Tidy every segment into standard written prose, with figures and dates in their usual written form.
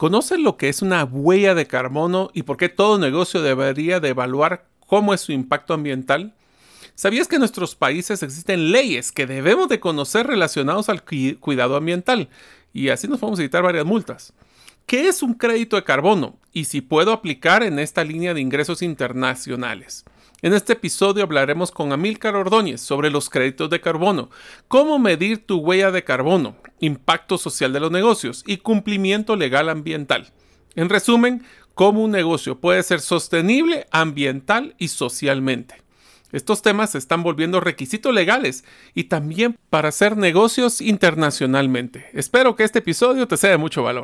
¿Conoces lo que es una huella de carbono y por qué todo negocio debería de evaluar cómo es su impacto ambiental? ¿Sabías que en nuestros países existen leyes que debemos de conocer relacionados al cuidado ambiental? Y así nos podemos evitar varias multas. ¿Qué es un crédito de carbono? Y si puedo aplicar en esta línea de ingresos internacionales. En este episodio hablaremos con Amílcar Ordóñez sobre los créditos de carbono, cómo medir tu huella de carbono, impacto social de los negocios y cumplimiento legal ambiental. En resumen, cómo un negocio puede ser sostenible ambiental y socialmente. Estos temas se están volviendo requisitos legales y también para hacer negocios internacionalmente. Espero que este episodio te sea de mucho valor.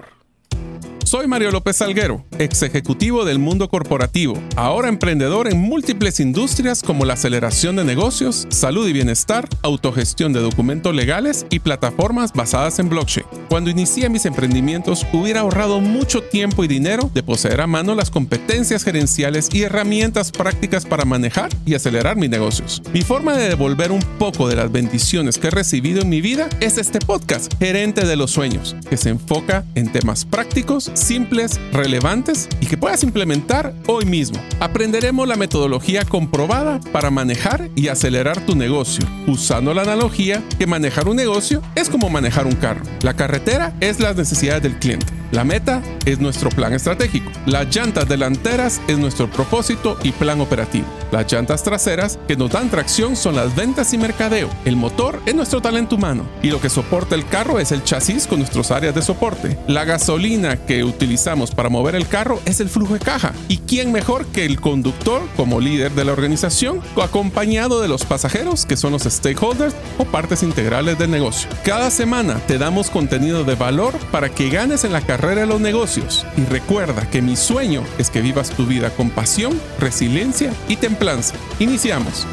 Soy Mario López Salguero, ex ejecutivo del mundo corporativo, ahora emprendedor en múltiples industrias como la aceleración de negocios, salud y bienestar, autogestión de documentos legales y plataformas basadas en blockchain. Cuando inicié mis emprendimientos, hubiera ahorrado mucho tiempo y dinero de poseer a mano las competencias gerenciales y herramientas prácticas para manejar y acelerar mis negocios. Mi forma de devolver un poco de las bendiciones que he recibido en mi vida es este podcast, Gerente de los Sueños, que se enfoca en temas prácticos, simples, relevantes y que puedas implementar hoy mismo. Aprenderemos la metodología comprobada para manejar y acelerar tu negocio, usando la analogía que manejar un negocio es como manejar un carro. La carretera es las necesidades del cliente. La meta es nuestro plan estratégico. Las llantas delanteras es nuestro propósito y plan operativo. Las llantas traseras que nos dan tracción son las ventas y mercadeo. El motor es nuestro talento humano y lo que soporta el carro es el chasis con nuestras áreas de soporte. La gasolina que utilizamos para mover el carro es el flujo de caja. ¿Y quién mejor que el conductor como líder de la organización, acompañado de los pasajeros que son los stakeholders o partes integrales del negocio? Cada semana te damos contenido de valor para que ganes en la carrera de los negocios. Y recuerda que mi sueño es que vivas tu vida con pasión, resiliencia y templanza. Iniciamos.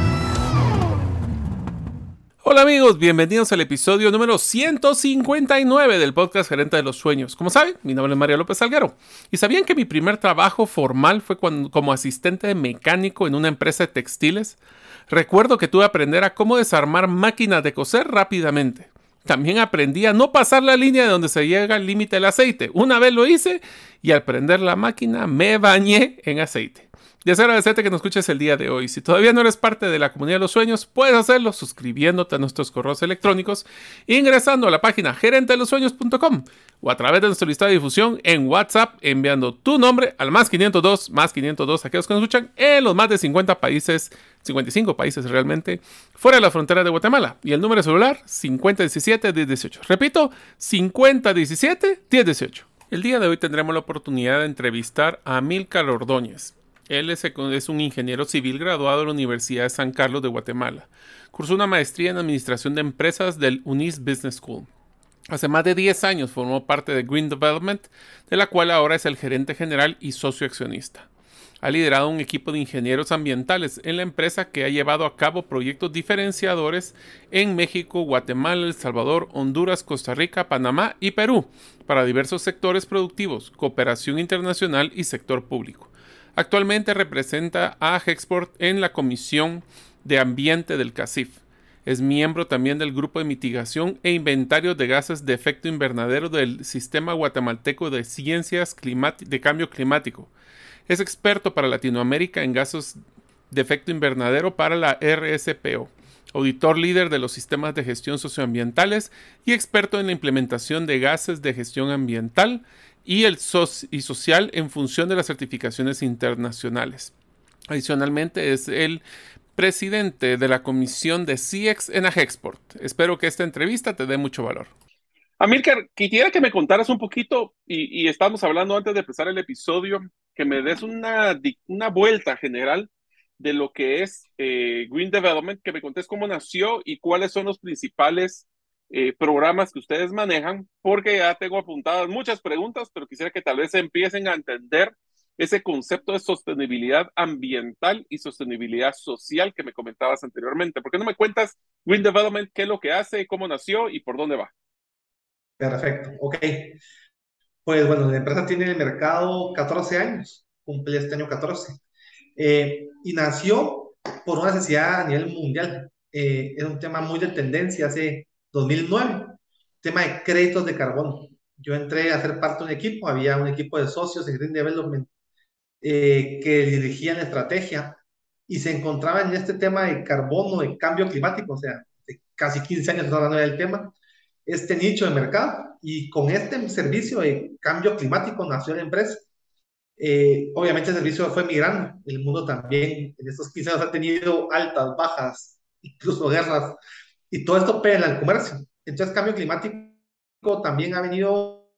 Hola amigos, bienvenidos al episodio número 159 del podcast Gerente de los Sueños. Como saben, mi nombre es Mario López Salguero. ¿Y sabían que mi primer trabajo formal fue como asistente de mecánico en una empresa de textiles? Recuerdo que tuve que aprender a cómo desarmar máquinas de coser rápidamente. También aprendí a no pasar la línea de donde se llega el límite del aceite. Una vez lo hice y al prender la máquina me bañé en aceite. Deseo agradecerte que nos escuches el día de hoy. Si todavía no eres parte de la comunidad de los sueños, puedes hacerlo suscribiéndote a nuestros correos electrónicos, ingresando a la página gerentedelosueños.com o a través de nuestra lista de difusión en WhatsApp, enviando tu nombre al más 502 aquellos que nos escuchan en los más de 50 países, 55 países realmente, fuera de la frontera de Guatemala. Y el número de celular, 5017-1018. Repito, 5017-1018. El día de hoy tendremos la oportunidad de entrevistar a Amílcar Ordóñez. Él es un ingeniero civil graduado de la Universidad de San Carlos de Guatemala. Cursó una maestría en Administración de Empresas del UNIS Business School. Hace más de 10 años formó parte de Green Development, de la cual ahora es el gerente general y socio accionista. Ha liderado un equipo de ingenieros ambientales en la empresa que ha llevado a cabo proyectos diferenciadores en México, Guatemala, El Salvador, Honduras, Costa Rica, Panamá y Perú para diversos sectores productivos, cooperación internacional y sector público. Actualmente representa a Hexport en la Comisión de Ambiente del CACIF. Es miembro también del Grupo de Mitigación e Inventario de Gases de Efecto Invernadero del Sistema Guatemalteco de Ciencias de Cambio Climático. Es experto para Latinoamérica en gases de efecto invernadero para la RSPO. Auditor líder de los sistemas de gestión socioambientales y experto en la implementación de gases de gestión ambiental y social en función de las certificaciones internacionales. Adicionalmente, es el presidente de la comisión de CX en Hexport. Espero que esta entrevista te dé mucho valor. Amílcar, quisiera que me contaras un poquito, y estábamos hablando antes de empezar el episodio, que me des una vuelta general de lo que es Green Development, que me contes cómo nació y cuáles son los principales programas que ustedes manejan, porque ya tengo apuntadas muchas preguntas, pero quisiera que tal vez empiecen a entender ese concepto de sostenibilidad ambiental y sostenibilidad social que me comentabas anteriormente. ¿Por qué no me cuentas Green Development, qué es lo que hace, cómo nació y por dónde va? Perfecto, ok. Pues bueno, la empresa tiene en el mercado 14 años, cumple este año 14. Y nació por una necesidad a nivel mundial. Era un tema muy de tendencia hace 2009, tema de créditos de carbono. Yo entré a ser parte de un equipo, había un equipo de socios en Green Development que dirigían la estrategia y se encontraban en este tema de carbono, de cambio climático, o sea, de casi 15 años hablando del tema, este nicho de mercado, y con este servicio de cambio climático nació la empresa. Obviamente el servicio fue migrando, el mundo también en estos 15 años ha tenido altas, bajas, incluso guerras, y todo esto pega en el comercio. Entonces cambio climático también ha venido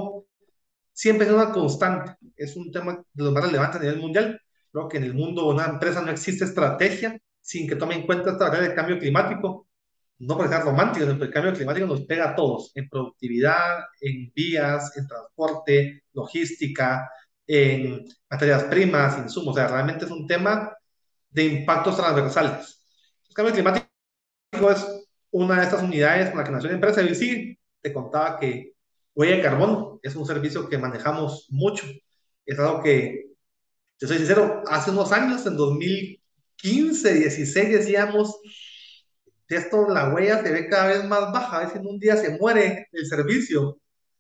siempre es una constante, es un tema de los más relevantes a nivel mundial. Creo que en el mundo una empresa no existe estrategia sin que tome en cuenta esta barrera del cambio climático, no porque sea romántico, sino porque el cambio climático nos pega a todos, en productividad, en vías, en transporte, logística, en materias primas, insumos, o sea, realmente es un tema de impactos transversales. El cambio climático es una de estas unidades con la que nació la empresa y sí, te contaba que huella de carbono es un servicio que manejamos mucho. Es algo que, te soy sincero, hace unos años, en 2015, 16, decíamos, esto, la huella se ve cada vez más baja, a veces en un día se muere el servicio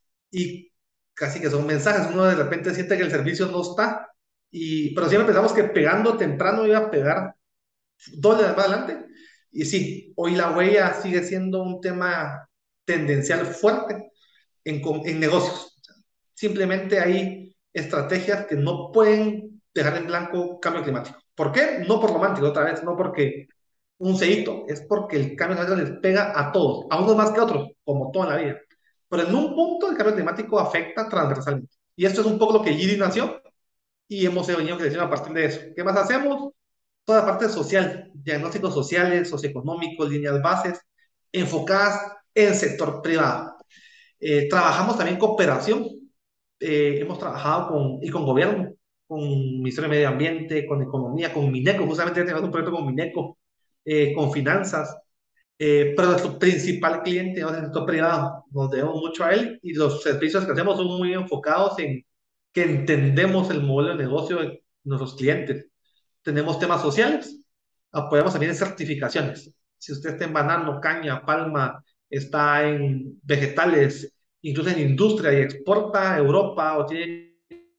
y casi que son mensajes, uno de repente siente que el servicio no está, pero siempre pensamos que pegando temprano iba a pegar dólares más adelante. Y sí, hoy la huella sigue siendo un tema tendencial fuerte en negocios. Simplemente hay estrategias que no pueden dejar en blanco cambio climático. ¿Por qué? No por romántico, otra vez, no porque un ceito, es porque el cambio climático les pega a todos, a unos más que a otros, como toda la vida. Pero en un punto el cambio climático afecta transversalmente. Y esto es un poco lo que Giri nació y hemos venido creciendo a partir de eso. ¿Qué más hacemos? Toda la parte social, diagnósticos sociales, socioeconómicos, líneas bases, enfocadas en sector privado. Trabajamos también cooperación, hemos trabajado con gobierno, con Ministerio de Medio Ambiente, con Economía, con Mineco, justamente tenemos un proyecto con Mineco, con finanzas, pero nuestro principal cliente es el sector privado, nos debemos mucho a él y los servicios que hacemos son muy enfocados en que entendemos el modelo de negocio de nuestros clientes. Tenemos temas sociales, apoyamos también en certificaciones. Si usted está en banano, caña, palma, está en vegetales, incluso en industria y exporta a Europa o tiene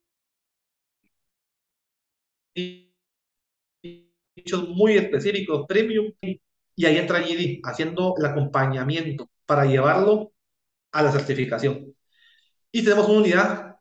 nichos muy específicos, premium, y ahí entra GD haciendo el acompañamiento para llevarlo a la certificación. Y tenemos una unidad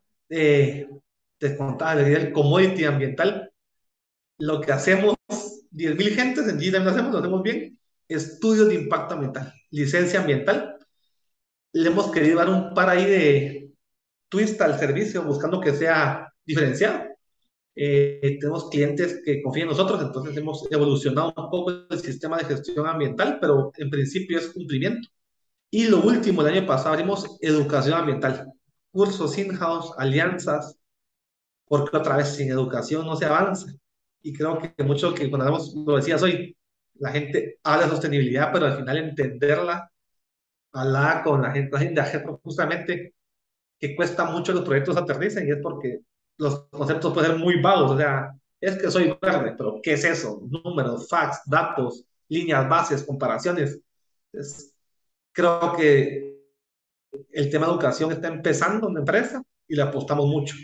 descontada, el commodity ambiental. Lo que hacemos, 10.000 gentes en GD también lo hacemos bien, estudios de impacto ambiental, licencia ambiental. Le hemos querido dar un par ahí de twist al servicio, buscando que sea diferenciado. Tenemos clientes que confían en nosotros, entonces hemos evolucionado un poco el sistema de gestión ambiental, pero en principio es cumplimiento. Y lo último, el año pasado abrimos educación ambiental, cursos in-house, alianzas, porque otra vez sin educación no se avanza. Y creo que mucho que cuando hablamos, lo decías hoy, la gente habla de sostenibilidad, pero al final entenderla, hablar con la gente justamente que cuesta mucho los proyectos aterricen y es porque los conceptos pueden ser muy vagos, o sea, es que soy verde, pero ¿qué es eso? Números, facts, datos, líneas, bases, comparaciones. Es, creo que el tema de educación está empezando en la empresa y le apostamos mucho.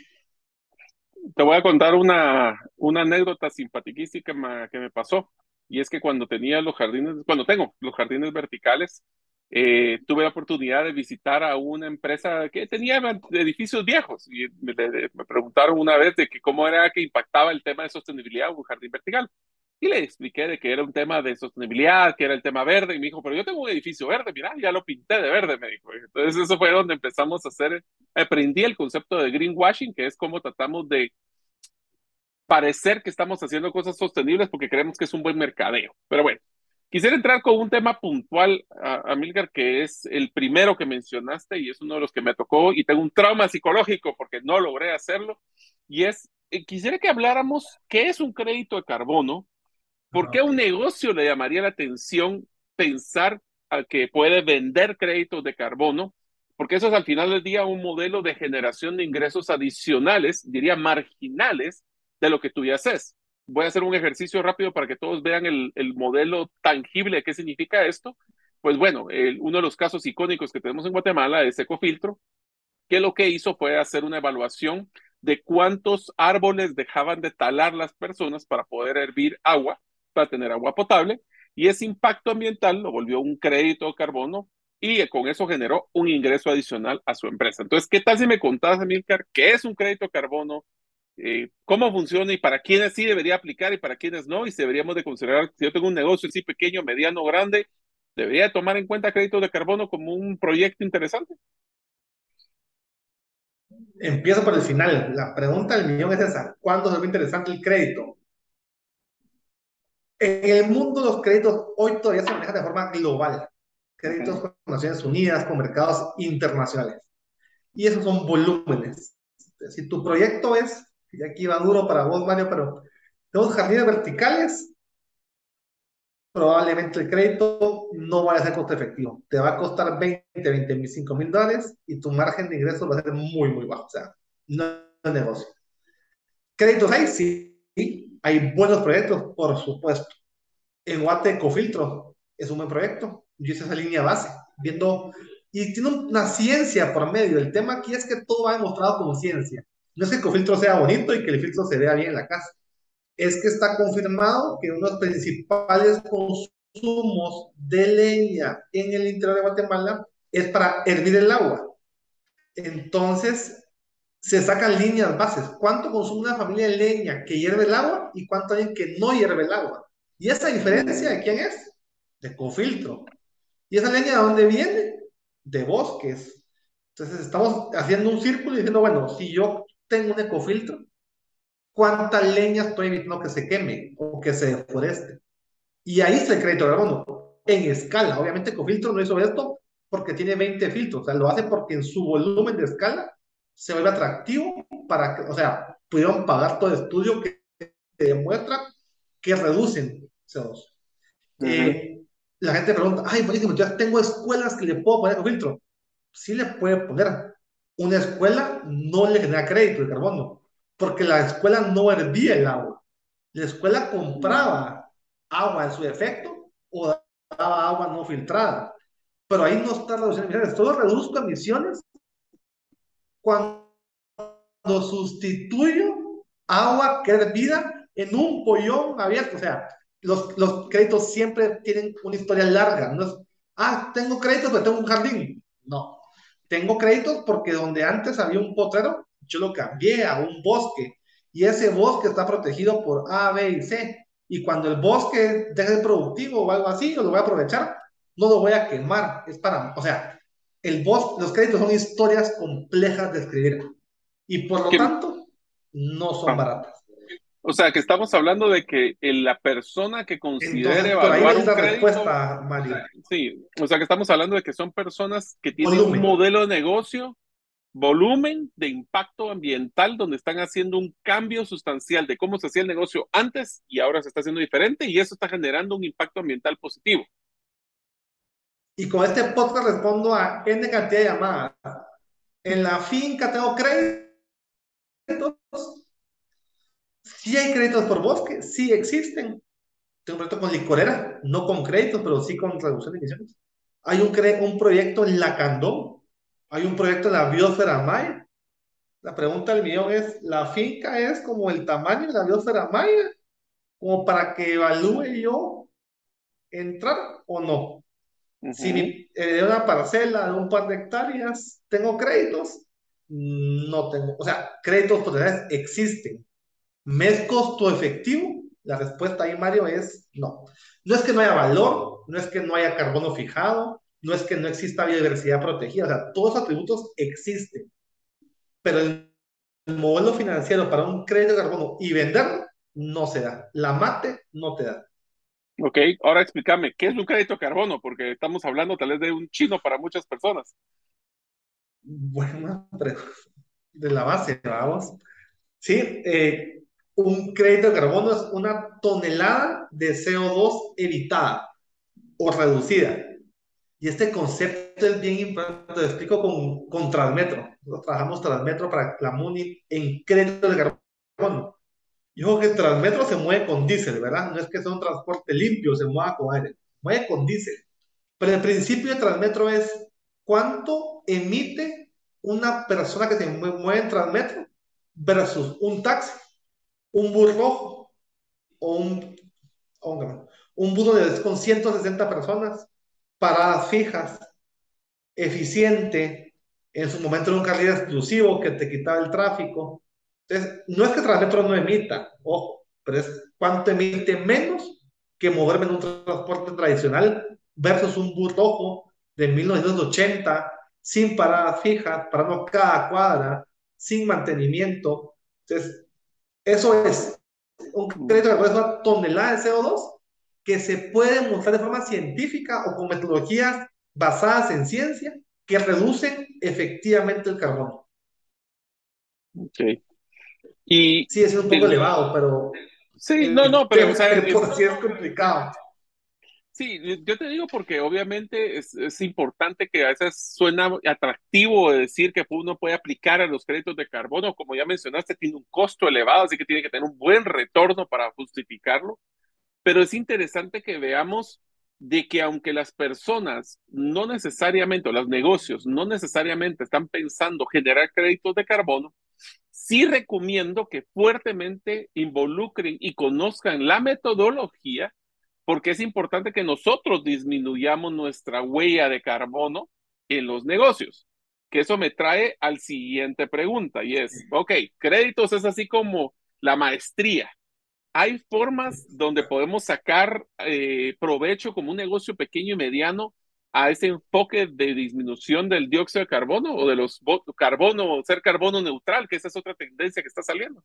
Te voy a contar una anécdota simpaticísima que me pasó. Y es que cuando tenía los jardines, cuando tengo los jardines verticales, tuve la oportunidad de visitar a una empresa que tenía edificios viejos. Y me preguntaron una vez de que cómo era que impactaba el tema de sostenibilidad en un jardín vertical. Y le expliqué de que era un tema de sostenibilidad, que era el tema verde. Y me dijo, pero yo tengo un edificio verde, mira, ya lo pinté de verde, me dijo. Entonces eso fue donde empezamos a hacer, aprendí el concepto de greenwashing, que es cómo tratamos de parecer que estamos haciendo cosas sostenibles porque creemos que es un buen mercadeo. Pero bueno, quisiera entrar con un tema puntual, Amilcar, que es el primero que mencionaste y es uno de los que me tocó y tengo un trauma psicológico porque no logré hacerlo. Y es, quisiera que habláramos qué es un crédito de carbono, por Ah, qué a ok. un negocio le llamaría la atención pensar a que puede vender créditos de carbono, porque eso es al final del día un modelo de generación de ingresos adicionales, diría marginales, de lo que tú ya haces. Voy a hacer un ejercicio rápido para que todos vean el modelo tangible de qué significa esto. Pues bueno, uno de los casos icónicos que tenemos en Guatemala es Ecofiltro, que lo que hizo fue hacer una evaluación de cuántos árboles dejaban de talar las personas para poder hervir agua, para tener agua potable, y ese impacto ambiental lo volvió un crédito de carbono y con eso generó un ingreso adicional a su empresa. Entonces, ¿qué tal si me contás, Amilcar, qué es un crédito de carbono? Cómo funciona y para quiénes sí debería aplicar y para quiénes no, y si deberíamos de considerar, si yo tengo un negocio así pequeño, mediano, grande, debería tomar en cuenta créditos de carbono como un proyecto interesante. Empiezo por el final. La pregunta del millón es esa. ¿Cuándo se ve interesante el crédito? En el mundo los créditos hoy todavía se manejan de forma global. Uh Créditos -huh. con Naciones Unidas, con mercados internacionales. Y esos son volúmenes. Si tu proyecto es, y aquí va duro para vos, Mario, pero tenemos jardines verticales, probablemente el crédito no vaya a ser costo efectivo. Te va a costar 25 mil dólares y tu margen de ingresos va a ser muy, muy bajo. O sea, no es negocio. ¿Créditos hay? Sí. Hay buenos proyectos, por supuesto. En Guate Ecofiltro es un buen proyecto. Yo hice esa línea base, viendo, y tiene una ciencia por medio. El tema aquí es que todo va demostrado como ciencia. No es que Ecofiltro sea bonito y que el filtro se vea bien en la casa. Es que está confirmado que uno de los principales consumos de leña en el interior de Guatemala es para hervir el agua. Entonces, se sacan líneas bases. ¿Cuánto consume una familia de leña que hierve el agua y cuánto alguien que no hierve el agua? ¿Y esa diferencia de quién es? De Cofiltro. ¿Y esa leña de dónde viene? De bosques. Entonces estamos haciendo un círculo y diciendo, bueno, si yo tengo un ecofiltro, ¿cuánta leña estoy evitando que se queme o que se deforeste? Y ahí está el crédito de carbono, en escala. Obviamente Ecofiltro no hizo esto porque tiene 20 filtros, o sea, lo hace porque en su volumen de escala se vuelve atractivo para que, o sea, pudieron pagar todo el estudio que demuestra que reducen CO2. Uh -huh. La gente pregunta, ay, buenísimo, ya tengo escuelas que le puedo poner Ecofiltro. Sí le puede poner. Una escuela no le genera crédito de carbono, porque la escuela no hervía el agua. La escuela compraba agua en su defecto o daba agua no filtrada. Pero ahí no está reduciendo emisiones. Solo reduzco emisiones cuando sustituyo agua que es hervida en un pollón abierto. O sea, los créditos siempre tienen una historia larga. No es, tengo créditos, pero tengo un jardín. No. Tengo créditos porque donde antes había un potrero, yo lo cambié a un bosque. Y ese bosque está protegido por A, B y C. Y cuando el bosque deje de ser productivo o algo así, yo lo voy a aprovechar, no lo voy a quemar. Es para, o sea, los créditos son historias complejas de escribir y por lo Que, tanto no son ah, baratas. o sea, que estamos hablando de que la persona que considere Entonces, por ahí evaluar es un la crédito, respuesta, Mario. sí, o sea, que estamos hablando de que son personas que tienen un Volumen. modelo de negocio, volumen de impacto ambiental, donde están haciendo un cambio sustancial de cómo se hacía el negocio antes y ahora se está haciendo diferente y eso está generando un impacto ambiental positivo. Y con este podcast respondo a N cantidad de llamadas. En la finca tengo créditos. Sí hay créditos por bosque, sí existen. Tengo un proyecto con licorera, no con créditos, pero sí con reducción de emisiones. Hay un proyecto en Lacandón, hay un proyecto en la biosfera maya. La pregunta del millón es, ¿la finca es como el tamaño de la biosfera maya? Como para que evalúe yo entrar o no. Uh Si -huh. de una parcela de un par de hectáreas tengo créditos, no tengo. O sea, créditos potenciales existen. ¿Me es costo efectivo? La respuesta ahí, Mario, es no. No es que no haya valor, no es que no haya carbono fijado, no es que no exista biodiversidad protegida, o sea, todos los atributos existen, pero el modelo financiero para un crédito de carbono y venderlo no se da. La mate no te da. Ok, ahora explícame, ¿qué es un crédito de carbono? Porque estamos hablando tal vez de un chino para muchas personas. Buena pregunta de la base, vamos. Sí, un crédito de carbono es una tonelada de CO2 evitada o reducida. Y este concepto es bien importante, lo explico con Transmetro. Nosotros trabajamos Transmetro para la MUNI en crédito de carbono. Y ojo que Transmetro se mueve con diésel, ¿verdad? No es que sea un transporte limpio, se mueva con aire, mueve con diésel. Pero el principio de Transmetro es cuánto emite una persona que se mueve en Transmetro versus un taxi, un bus rojo o un bus donde es con 160 personas, paradas fijas, eficiente, en su momento era un carril exclusivo que te quitaba el tráfico. Entonces, no es que Transmetro no emita, ojo, pero es cuánto emite menos que moverme en un transporte tradicional versus un bus rojo de 1980, sin paradas fijas, parando cada cuadra, sin mantenimiento. Entonces, eso es un Mm, crédito de carbono, es una tonelada de CO2 que se puede mostrar de forma científica o con metodologías basadas en ciencia que reducen efectivamente el carbono. ok. Y Sí, es un poco del, elevado, pero sí, no, el no, pero o tema sea, de por sí es complicado. sí, yo te digo porque obviamente es importante que a veces suena atractivo decir que uno puede aplicar a los créditos de carbono, como ya mencionaste, tiene un costo elevado, así que tiene que tener un buen retorno para justificarlo, pero es interesante que veamos de que aunque las personas no necesariamente, o los negocios no necesariamente están pensando generar créditos de carbono, sí recomiendo que fuertemente involucren y conozcan la metodología porque es importante que nosotros disminuyamos nuestra huella de carbono en los negocios. Que eso me trae al siguiente pregunta y es, ok, créditos es así como la maestría. ¿Hay formas donde podemos sacar provecho como un negocio pequeño y mediano a ese enfoque de disminución del dióxido de carbono o de los carbono, ser carbono neutral, que esa es otra tendencia que está saliendo?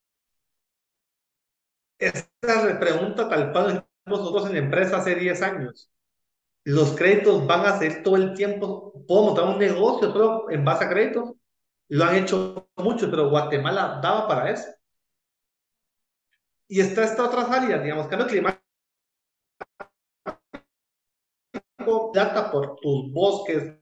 Esta pregunta tal cual nosotros en la empresa hace 10 años. Los créditos van a ser todo el tiempo. Puedo montar un negocio pero en base a créditos. Lo han hecho mucho, pero Guatemala daba para eso. Y está esta otras áreas, digamos, cambio climático, plata por tus bosques,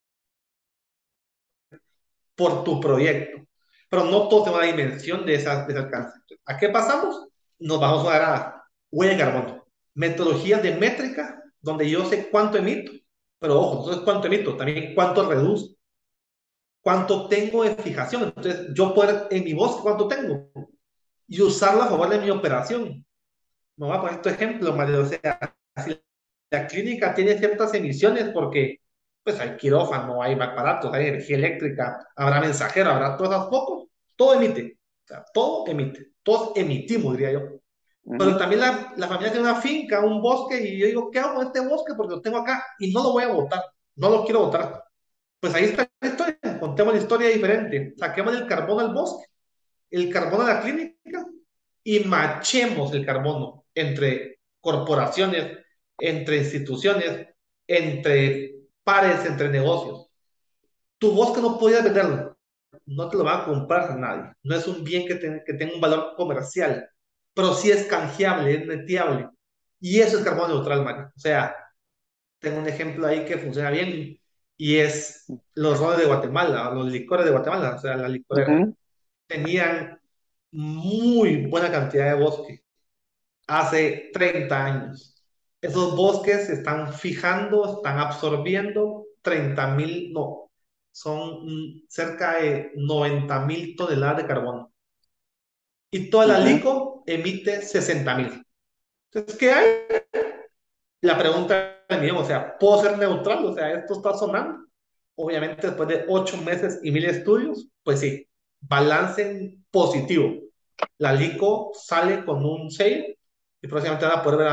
por tu proyecto. Pero no todo tiene una dimensión de ese alcance. ¿A qué pasamos? Nos vamos a dar a huella de carbono. Metodologías de métrica, donde yo sé cuánto emito, pero ojo, no es cuánto emito, también cuánto reduzco, cuánto tengo de fijación. Entonces, yo puedo en mi bosque cuánto tengo y usarlo a favor de mi operación. Me voy a poner tu ejemplo, Mario. O sea, si la clínica tiene ciertas emisiones porque pues hay quirófano, hay aparatos, hay energía eléctrica, habrá mensajero, habrá todas esas focos, todo emite. O sea, todo emite. Todos emitimos, diría yo. Uh Pero -huh, también la familia tiene una finca, un bosque, y yo digo, ¿qué hago con este bosque? Porque lo tengo acá y no lo voy a botar, no lo quiero botar. Pues ahí está la historia, contemos la historia diferente. Saquemos el carbono al bosque, el carbono a la clínica y machemos el carbono entre corporaciones, entre instituciones, entre pares, entre negocios. Tu bosque no podías venderlo, no te lo va a comprar nadie. No es un bien que tenga un valor comercial, pero sí es canjeable, es neteable. Y eso es carbono neutral, man. O sea, tengo un ejemplo ahí que funciona bien y es los rones de Guatemala, los licores de Guatemala, o sea, la uh licorera. -huh, Tenían muy buena cantidad de bosque hace 30 años. Esos bosques se están fijando, están absorbiendo 30.000, no, son cerca de 90.000 toneladas de carbono. Y toda uh la -huh, LICO emite 60.000. Entonces, ¿qué hay? La pregunta es mía, o sea, ¿puedo ser neutral? O sea, esto está sonando. Obviamente, después de 8 meses y 1.000 estudios, pues sí, balance en positivo. La LICO sale con un sale y próximamente van a poder ver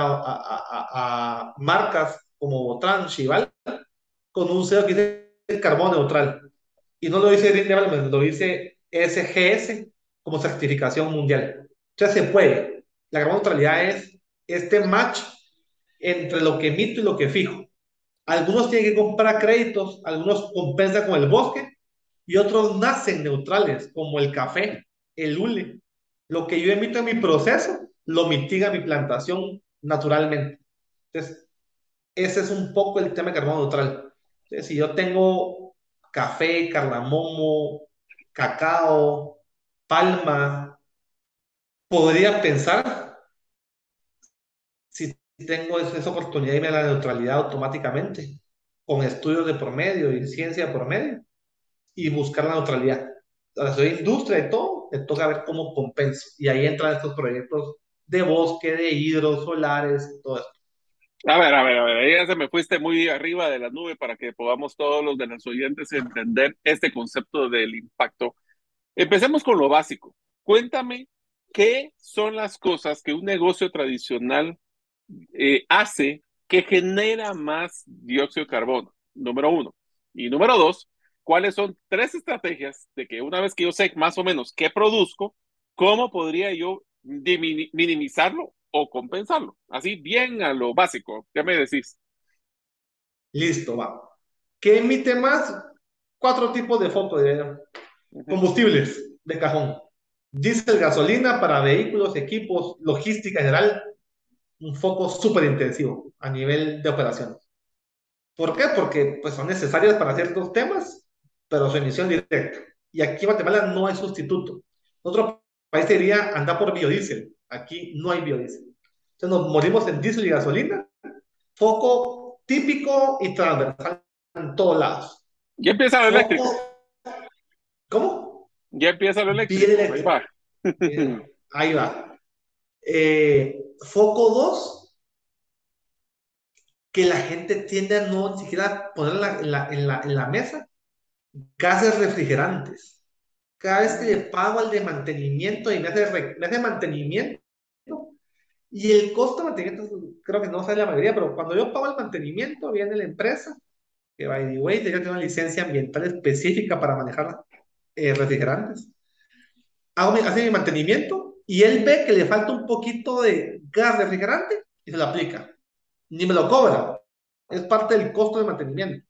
a marcas como Botran, Chival, con un sello que dice carbono neutral. Y no lo dice Green Development, lo dice SGS como certificación mundial. Entonces se puede. La carbono neutralidad es este match entre lo que emito y lo que fijo. Algunos tienen que comprar créditos, algunos compensan con el bosque y otros nacen neutrales, como el café, el hule. Lo que yo emito en mi proceso lo mitiga mi plantación naturalmente. Entonces, ese es un poco el tema de carbono neutral. Entonces, si yo tengo café, cardamomo, cacao, palma, podría pensar si tengo esa oportunidad de irme a la neutralidad automáticamente, con estudios de por medio y ciencia por medio, y buscar la neutralidad. Ahora, soy industria y todo, me toca ver cómo compenso. Y ahí entran estos proyectos de bosque, de hidros, solares, todo esto. A ver, ahí ya se me fuiste muy arriba de la nube para que podamos todos los de los oyentes entender este concepto del impacto. Empecemos con lo básico. Cuéntame qué son las cosas que un negocio tradicional hace que genera más dióxido de carbono, número uno. Y número dos, ¿cuáles son tres estrategias de que una vez que yo sé más o menos qué produzco, cómo podría yo minimizarlo o compensarlo? Así bien a lo básico. ¿Qué me decís? Listo, va. ¿Qué emite más? Cuatro tipos de foco, diría yo. Ujú. Combustibles de cajón. Diésel, gasolina para vehículos, equipos, logística general, un foco súper intensivo a nivel de operación. ¿Por qué? Porque pues, son necesarias para ciertos temas, pero su emisión directa. Y aquí en Guatemala no hay sustituto. Otro país diría anda por biodiesel. Aquí no hay biodiesel. Entonces nos morimos en diésel y gasolina. Foco típico y transversal en todos lados. Ya empieza lo Foco, eléctrico. ¿cómo? Ya empieza lo Bien eléctrico. Ahí eléctrico. va. Bien, ahí va. Foco 2 que la gente tiende a no ni siquiera ponerla en la mesa, gases refrigerantes. Cada vez que le pago al de mantenimiento y me hace mantenimiento, y el costo de mantenimiento creo que no sale la mayoría, pero cuando yo pago el mantenimiento, viene la empresa, que by the way, debería tener una licencia ambiental específica para manejar refrigerantes. Hace mi mantenimiento y él ve que le falta un poquito de gas refrigerante y se lo aplica. Ni me lo cobra. Es parte del costo de mantenimiento.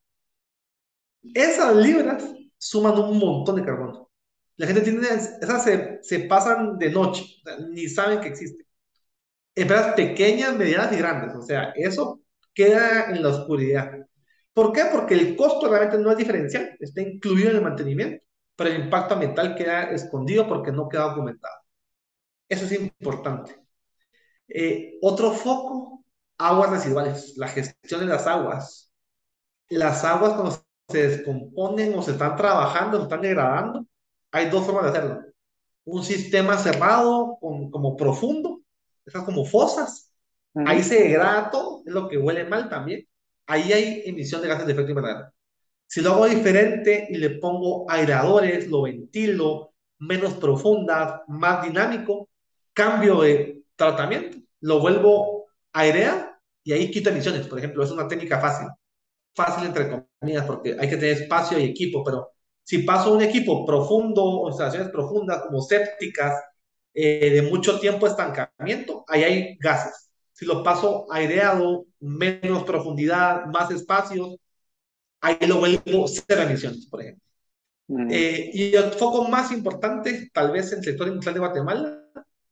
Esas libras suman un montón de carbono. La gente tiene, esas se pasan de noche, o sea, ni saben que existen. Empresas pequeñas, medianas y grandes, o sea, eso queda en la oscuridad. ¿Por qué? Porque el costo realmente no es diferencial, está incluido en el mantenimiento, pero el impacto ambiental queda escondido porque no queda documentado. Eso es importante. Otro foco, aguas residuales, la gestión de las aguas. Las aguas cuando se descomponen o se están trabajando, se están degradando, hay dos formas de hacerlo. Un sistema cerrado como profundo, esas como fosas, ahí Ujú. se degrada todo, es lo que huele mal también. Ahí hay emisión de gases de efecto invernadero. Si lo hago diferente y le pongo aireadores, lo ventilo, menos profundas, más dinámico, cambio de tratamiento, lo vuelvo aireado y ahí quito emisiones. Por ejemplo, es una técnica fácil, fácil entre comillas, porque hay que tener espacio y equipo, pero si paso un equipo profundo o instalaciones profundas como sépticas, de mucho tiempo de estancamiento, ahí hay gases. Si lo paso aireado, menos profundidad, más espacios, ahí lo vuelvo cero emisiones, por ejemplo. Ujú. Y el foco más importante, tal vez en el sector industrial de Guatemala,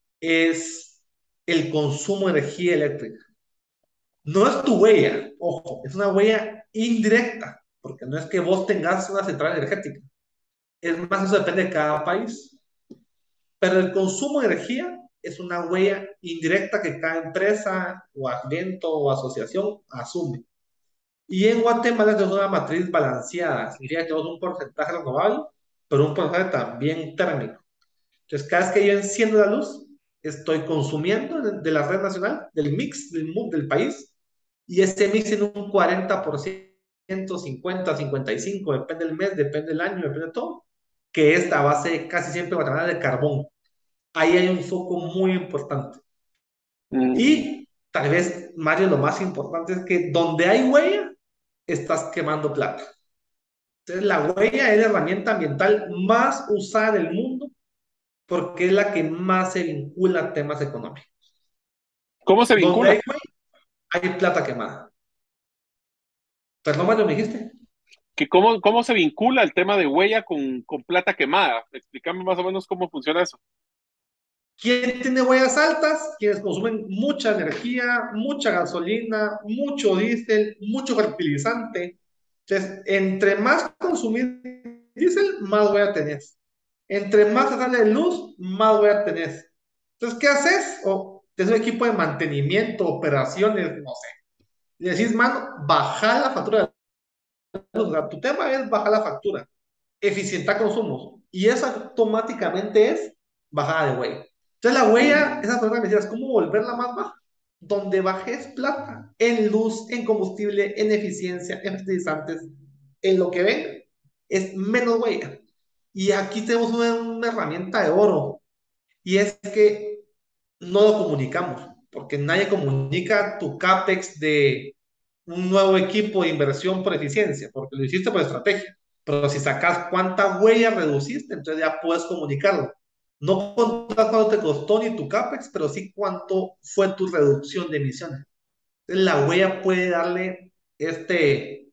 es el consumo de energía eléctrica. No es tu huella, ojo, es una huella indirecta, porque no es que vos tengas una central energética. Es más, eso depende de cada país. Pero el consumo de energía es una huella indirecta que cada empresa o evento o asociación asume. Y en Guatemala tenemos una matriz balanceada, significa que tenemos un porcentaje renovable, pero un porcentaje también térmico. Entonces, cada vez que yo enciendo la luz, estoy consumiendo de la red nacional, del mix del país, y ese mix en un 40%, 50, 55, depende del mes, depende del año, depende de todo, que es la base casi siempre Guatemala de carbón. Ahí hay un foco muy importante. Mm. Y tal vez, Mario, lo más importante es que donde hay huella, estás quemando plata. Entonces, la huella es la herramienta ambiental más usada en el mundo porque es la que más se vincula a temas económicos. ¿Cómo se Donde hay vincula? huella, hay plata quemada. Perdón, Mario, ¿me dijiste? ¿Cómo se vincula el tema de huella con plata quemada? Explícame más o menos cómo funciona eso. ¿Quién tiene huellas altas? Quienes consumen mucha energía, mucha gasolina, mucho diésel, mucho fertilizante. Entonces, entre más consumir diésel, más huella tenés. Entre más se sale de luz, más huella tenés. Entonces, ¿qué haces? O tienes un equipo de mantenimiento, operaciones, no sé. Le decís, mano, baja la factura de luz. O sea, tu tema es bajar la factura. eficientar consumos. Y eso automáticamente es bajada de huella. Entonces la huella, esas preguntas me decías, ¿cómo volverla más baja? Donde bajes plata, en luz, en combustible, en eficiencia, en fertilizantes, en lo que venga, es menos huella. Y aquí tenemos una herramienta de oro, y es que no lo comunicamos, porque nadie comunica tu CAPEX de un nuevo equipo de inversión por eficiencia, porque lo hiciste por estrategia. Pero si sacas cuánta huella reduciste, entonces ya puedes comunicarlo. No contas cuánto te costó ni tu CAPEX, pero sí cuánto fue tu reducción de emisiones. Entonces la huella puede darle este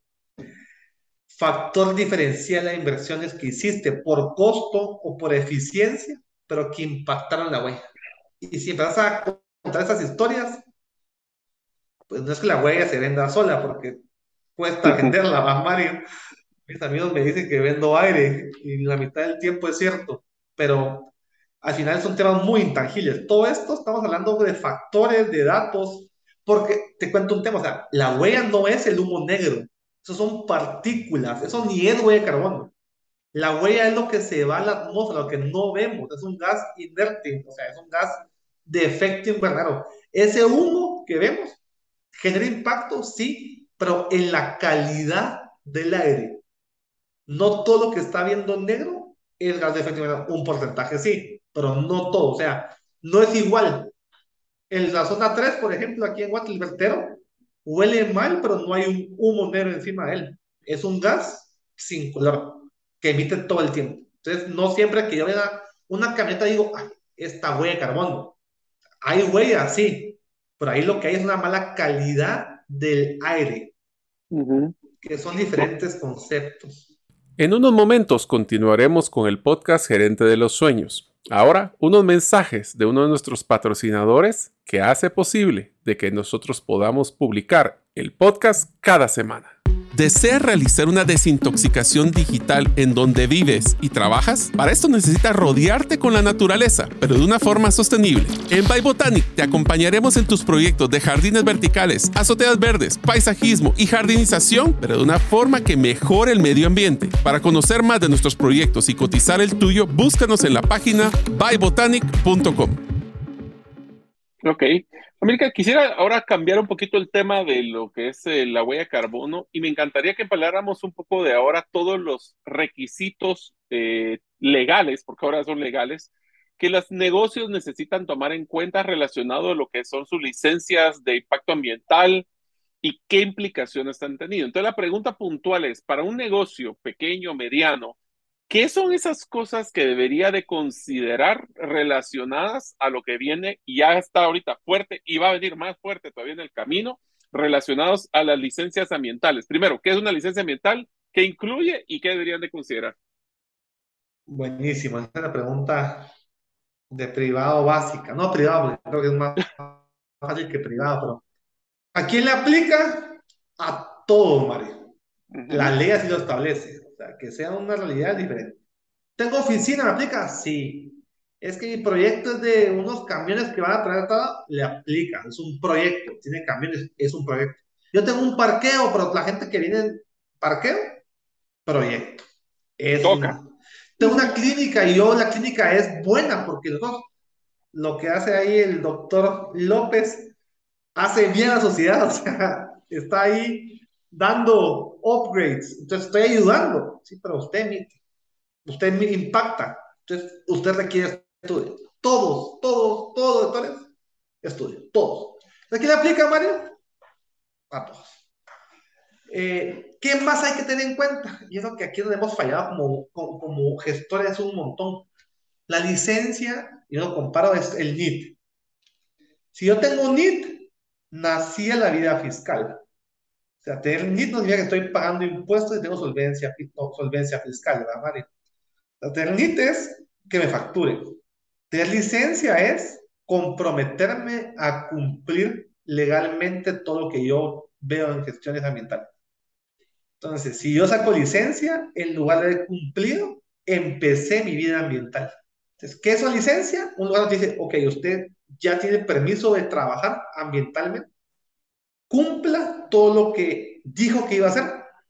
factor diferencial a inversiones que hiciste por costo o por eficiencia, pero que impactaron la huella. Y si empiezas a contar esas historias, pues no es que la huella se venda sola, porque cuesta venderla, va Mario. Mis amigos me dicen que vendo aire y la mitad del tiempo es cierto, pero al final son temas muy intangibles. Todo esto estamos hablando de factores, de datos, porque te cuento un tema, o sea, la huella no es el humo negro, eso son partículas, eso ni es huella de carbono. La huella es lo que se va a la atmósfera, lo que no vemos, es un gas inerte, o sea, es un gas de efecto invernadero. Ese humo que vemos genera impacto, sí, pero en la calidad del aire. No todo lo que está viendo negro es gas de efecto invernadero, un porcentaje sí, pero no todo, o sea, no es igual. En la zona 3, por ejemplo, aquí en Guatilbertero, huele mal, pero no hay un humo negro encima de él. Es un gas sin color que emite todo el tiempo. Entonces, no siempre que yo vea una camioneta digo, ay, esta huella de carbono. Hay huella, sí, pero ahí lo que hay es una mala calidad del aire, Ujú. que son diferentes conceptos. En unos momentos continuaremos con el podcast Gerente de los Sueños. Ahora, unos mensajes de uno de nuestros patrocinadores que hace posible de que nosotros podamos publicar el podcast cada semana. ¿Deseas realizar una desintoxicación digital en donde vives y trabajas? Para esto necesitas rodearte con la naturaleza, pero de una forma sostenible. En By Botanic te acompañaremos en tus proyectos de jardines verticales, azoteas verdes, paisajismo y jardinización, pero de una forma que mejore el medio ambiente. Para conocer más de nuestros proyectos y cotizar el tuyo, búscanos en la página bybotanic.com. Ok. América, quisiera ahora cambiar un poquito el tema de lo que es la huella de carbono y me encantaría que habláramos un poco de ahora todos los requisitos legales, porque ahora son legales, que los negocios necesitan tomar en cuenta relacionado a lo que son sus licencias de impacto ambiental y qué implicaciones han tenido. Entonces la pregunta puntual es, para un negocio pequeño, mediano, ¿qué son esas cosas que debería de considerar relacionadas a lo que viene y ya está ahorita fuerte y va a venir más fuerte todavía en el camino, relacionados a las licencias ambientales? Primero, ¿qué es una licencia ambiental? ¿Qué incluye y qué deberían de considerar? Buenísimo, esa es la pregunta de privado básica. No privado, porque creo que es más fácil que privado, pero ¿a quién le aplica? A todo, Mario. La Ujú. ley así lo establece. O sea, que sea una realidad diferente. ¿Tengo oficina? ¿Me aplica? Sí. Es que mi proyecto es de unos camiones que van a traer todo, le aplica. Es un proyecto, tiene camiones, es un proyecto. Yo tengo un parqueo, pero la gente que viene en parqueo, proyecto. Es Toca. un... Tengo una clínica y yo la clínica es buena porque nosotros lo que hace ahí el doctor López hace bien a la sociedad, o sea, está ahí dando upgrades, entonces estoy ayudando, sí, pero usted me impacta, entonces usted requiere estudio. Todos, doctores, estudio, todos. ¿A quién le aplica, Mario? A todos. ¿Qué más hay que tener en cuenta? Y es lo que aquí donde hemos fallado como gestores un montón. La licencia, yo lo comparo, es el NIT. Si yo tengo un NIT, nací en la vida fiscal. O sea, tener NIT no significa que estoy pagando impuestos y tengo solvencia fiscal, ¿verdad, Mario? O sea, tener NIT es que me facture. Tener licencia es comprometerme a cumplir legalmente todo lo que yo veo en gestiones ambientales. Entonces, si yo saco licencia, en lugar de haber cumplido, empecé mi vida ambiental. Entonces, ¿qué es una licencia? Un lugar donde dice, ok, usted ya tiene permiso de trabajar ambientalmente, cumpla todo lo que dijo que iba a hacer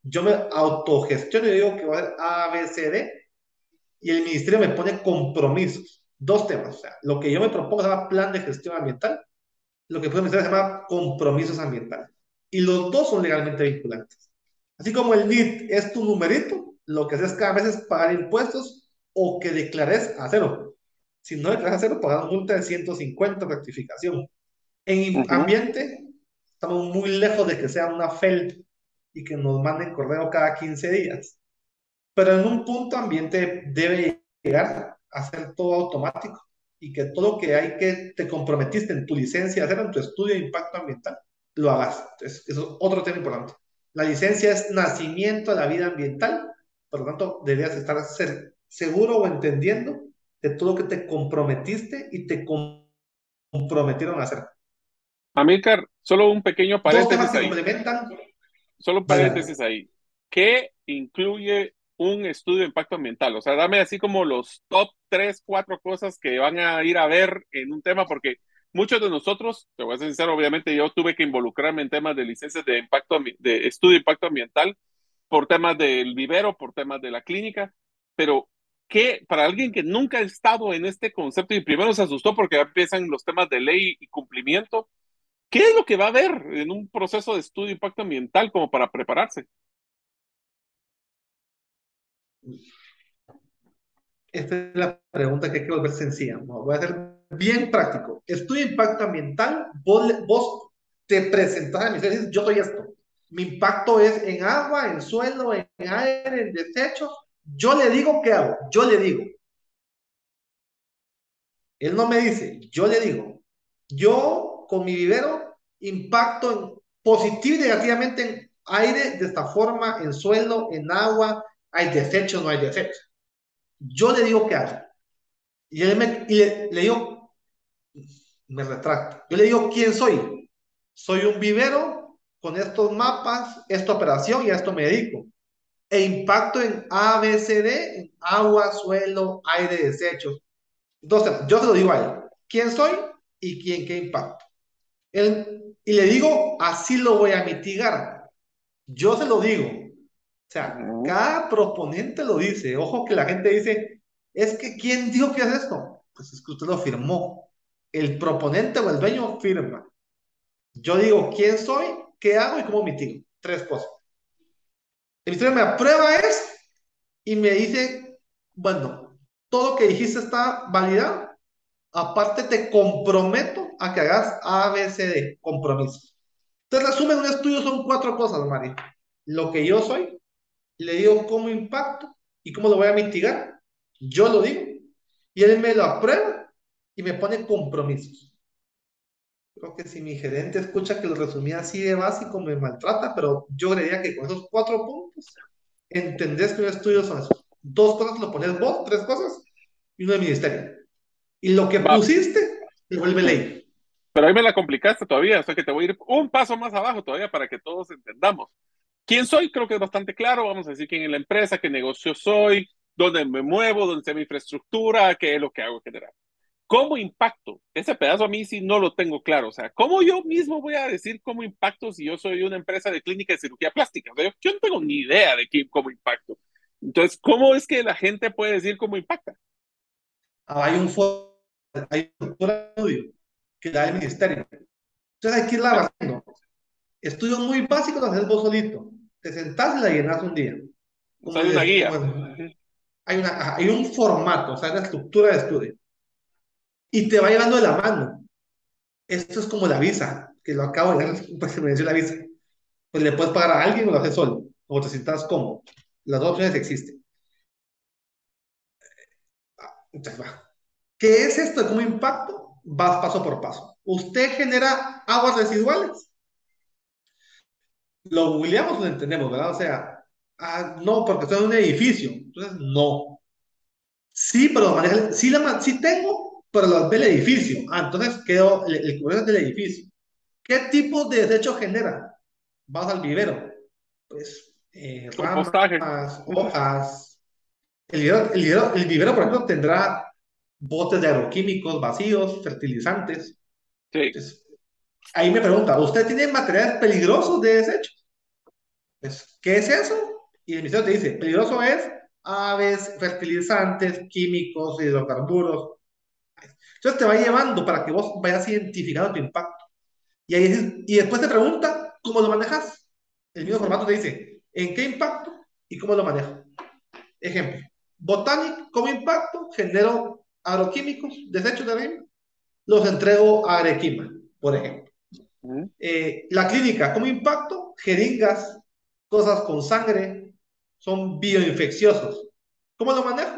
Yo me autogestiono y digo que va a ser A, B, C, D, y el ministerio me pone compromisos. Dos temas. O sea, lo que yo me propongo se llama plan de gestión ambiental, lo que puede ser se llama compromisos ambientales. Y los dos son legalmente vinculantes. Así como el NIT es tu numerito, lo que haces cada vez es pagar impuestos o que declares a cero. Si no declaras a cero, pagas multa de 150 rectificación. En Ujú. ambiente, estamos muy lejos de que sea una FEL y que nos manden correo cada 15 días. Pero en un punto ambiente debe llegar a ser todo automático y que todo lo que hay que te comprometiste en tu licencia a hacer en tu estudio de impacto ambiental, lo hagas. Entonces, eso es otro tema importante. La licencia es nacimiento de la vida ambiental, por lo tanto, deberías estar seguro o entendiendo de todo lo que te comprometiste y te comprometieron a hacer. Amílcar, solo un pequeño Dos temas paréntesis que ahí. complementan. Solo un Dale, dale. paréntesis ahí. ¿Qué incluye un estudio de impacto ambiental? O sea, dame así como los top 3, 4 cosas que van a ir a ver en un tema, porque muchos de nosotros, te voy a ser sincero, obviamente yo tuve que involucrarme en temas de licencias de impacto, de estudio de impacto ambiental, por temas del vivero, por temas de la clínica, pero ¿qué, para alguien que nunca ha estado en este concepto y primero se asustó porque ya empiezan los temas de ley y cumplimiento? ¿Qué es lo que va a haber en un proceso de estudio de impacto ambiental como para prepararse? Esta es la pregunta que hay que volver sencilla. ¿No? Voy a ser bien práctico. Estudio de impacto ambiental. Vos te presentás a mi y dices, yo soy esto. Mi impacto es en agua, en suelo, en aire, en desechos. Yo le digo qué hago. Yo le digo. Él no me dice, yo le digo. Yo con mi vivero impacto en, positivo y negativamente en aire de esta forma, en suelo, en agua. Hay desechos, no hay desechos. Yo le digo qué hago. Y le digo, me retracto. Yo le digo quién soy. Soy un vivero con estos mapas, esta operación y a esto me dedico. E impacto en A, B, C, D, en agua, suelo, aire, desechos. Entonces, yo se lo digo a él. ¿Quién soy y quién qué impacto? Y le digo, así lo voy a mitigar. Yo se lo digo. O sea, Ujú. cada proponente lo dice. Ojo que la gente dice, es que ¿quién dijo que es esto? Pues es que usted lo firmó. El proponente o el dueño firma. Yo digo quién soy, qué hago y cómo mitigo. Tres cosas. El ministerio me aprueba eso y me dice, bueno, todo lo que dijiste está validado. Aparte te comprometo a que hagas A, B, C, D, compromisos. Entonces, resumen, un estudio son cuatro cosas, Mario. Lo que yo soy, le digo cómo impacto y cómo lo voy a mitigar. Yo lo digo y él me lo aprueba y me pone compromisos. Creo que si mi gerente escucha que lo resumí así de básico, me maltrata, pero yo creería que con esos cuatro puntos entendés que un estudio son esos. Dos cosas lo pones vos, tres cosas y uno del ministerio. Y lo que Va, pusiste se vuelve ley. pero ahí me la complicaste todavía, o sea que te voy a ir un paso más abajo todavía para que todos entendamos. ¿Quién soy? Creo que es bastante claro, vamos a decir quién es la empresa, qué negocio soy, dónde me muevo, dónde está mi infraestructura, qué es lo que hago en general. ¿Cómo impacto? Ese pedazo a mí sí no lo tengo claro. O sea, ¿cómo yo mismo voy a decir cómo impacto si yo soy una empresa de clínica de cirugía plástica? O sea, yo no tengo ni idea de cómo impacto. Entonces, ¿cómo es que la gente puede decir cómo impacta? Hay un foro, hay un estudio que da el ministerio. Entonces hay que irla ¿Ya? bajando. Estudios muy básicos lo haces vos solito. Te sentás y la llenas un día. O sea, hay Como una les, guía. bueno, Ujú. hay un formato, o sea, una estructura de estudio. Y te va llevando de la mano. Esto es como la visa, que lo acabo de dar, pues se me venció la visa. Pues le puedes pagar a alguien o lo haces solo, o te sientas cómodo. Las dos opciones existen. Entonces, va. ¿Qué es esto de cómo impacto? Vas paso por paso. Usted genera aguas residuales. Lo googleamos, lo entendemos, ¿verdad? O sea, no, porque estoy en un edificio. Entonces, no. Sí, pero sí, sí tengo, pero lo ve el edificio. Entonces quedó el cubrebocas del edificio. ¿Qué tipo de desecho genera? Vas al vivero. Pues ramas, Compostaje. Ujú. hojas. El vivero, por ejemplo, tendrá botes de agroquímicos vacíos, fertilizantes. Sí. Entonces, ahí me pregunta, ¿usted tiene materiales peligrosos de desecho? Pues, ¿qué es eso? Y el ministerio te dice, peligroso es aves, fertilizantes, químicos, hidrocarburos. Entonces te va llevando para que vos vayas identificando tu impacto. Y después te pregunta cómo lo manejas. El mismo Ujú, formato te dice, ¿en qué impacto y cómo lo manejo? Ejemplo, Botanic, ¿cómo impacto? Genero agroquímicos, desechos de arriba, los entrego a Arequipa, por ejemplo. ujú, La clínica, ¿cómo impacto? Jeringas, cosas con sangre, son bioinfecciosos. ¿Cómo lo manejo?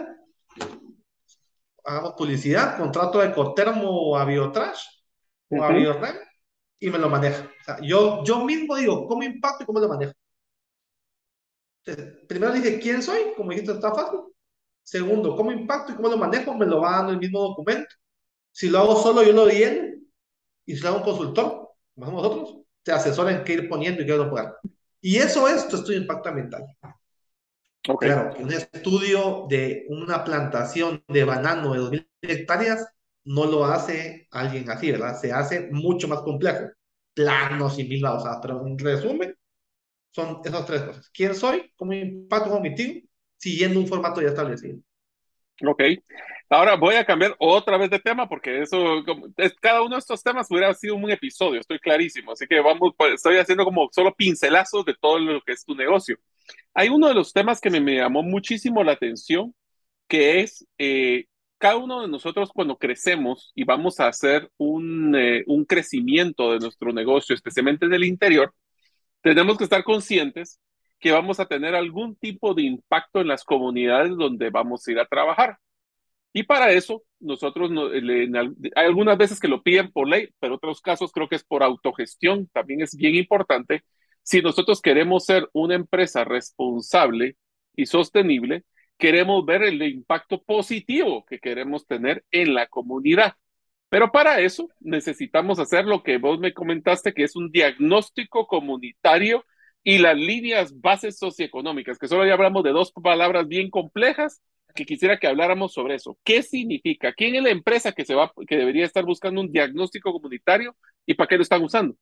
Hagamos publicidad, contrato de Cotermo a Biotrash o a ujú. Biorem y me lo maneja. O sea, yo mismo digo, ¿cómo impacto y cómo lo manejo? Entonces, primero dije, ¿quién soy? Como dijiste, está fácil. Segundo, ¿cómo impacto y cómo lo manejo? Me lo va dando el mismo documento. Si lo hago solo, yo lo lleno. Y si lo hago un consultor, como somos nosotros, te asesora en qué ir poniendo y qué no poner. Y eso es tu estudio de impacto ambiental. Ok, Claro, que un estudio de una plantación de banano de 2.000 hectáreas no lo hace alguien así, ¿verdad? Se hace mucho más complejo. Planos y mil cosas. Pero en resumen, son esas tres cosas. ¿Quién soy? ¿Cómo impacto cognitivo? Siguiendo un formato ya establecido. ok. Ahora voy a cambiar otra vez de tema porque cada uno de estos temas hubiera sido un episodio, estoy clarísimo. Así que vamos, pues, estoy haciendo como solo pincelazos de todo lo que es tu negocio. Hay uno de los temas que me llamó muchísimo la atención, que es cada uno de nosotros cuando crecemos y vamos a hacer un crecimiento de nuestro negocio, especialmente en el interior, tenemos que estar conscientes que vamos a tener algún tipo de impacto en las comunidades donde vamos a ir a trabajar. Y para eso, nosotros hay algunas veces que lo piden por ley, pero otros casos creo que es por autogestión. También es bien importante. Si nosotros queremos ser una empresa responsable y sostenible, queremos ver el impacto positivo que queremos tener en la comunidad. Pero para eso necesitamos hacer lo que vos me comentaste, que es un diagnóstico comunitario y las líneas bases socioeconómicas, que solo ya hablamos de dos palabras bien complejas que quisiera que habláramos sobre eso. ¿Qué significa? ¿Quién es la empresa que debería estar buscando un diagnóstico comunitario y para qué lo están usando?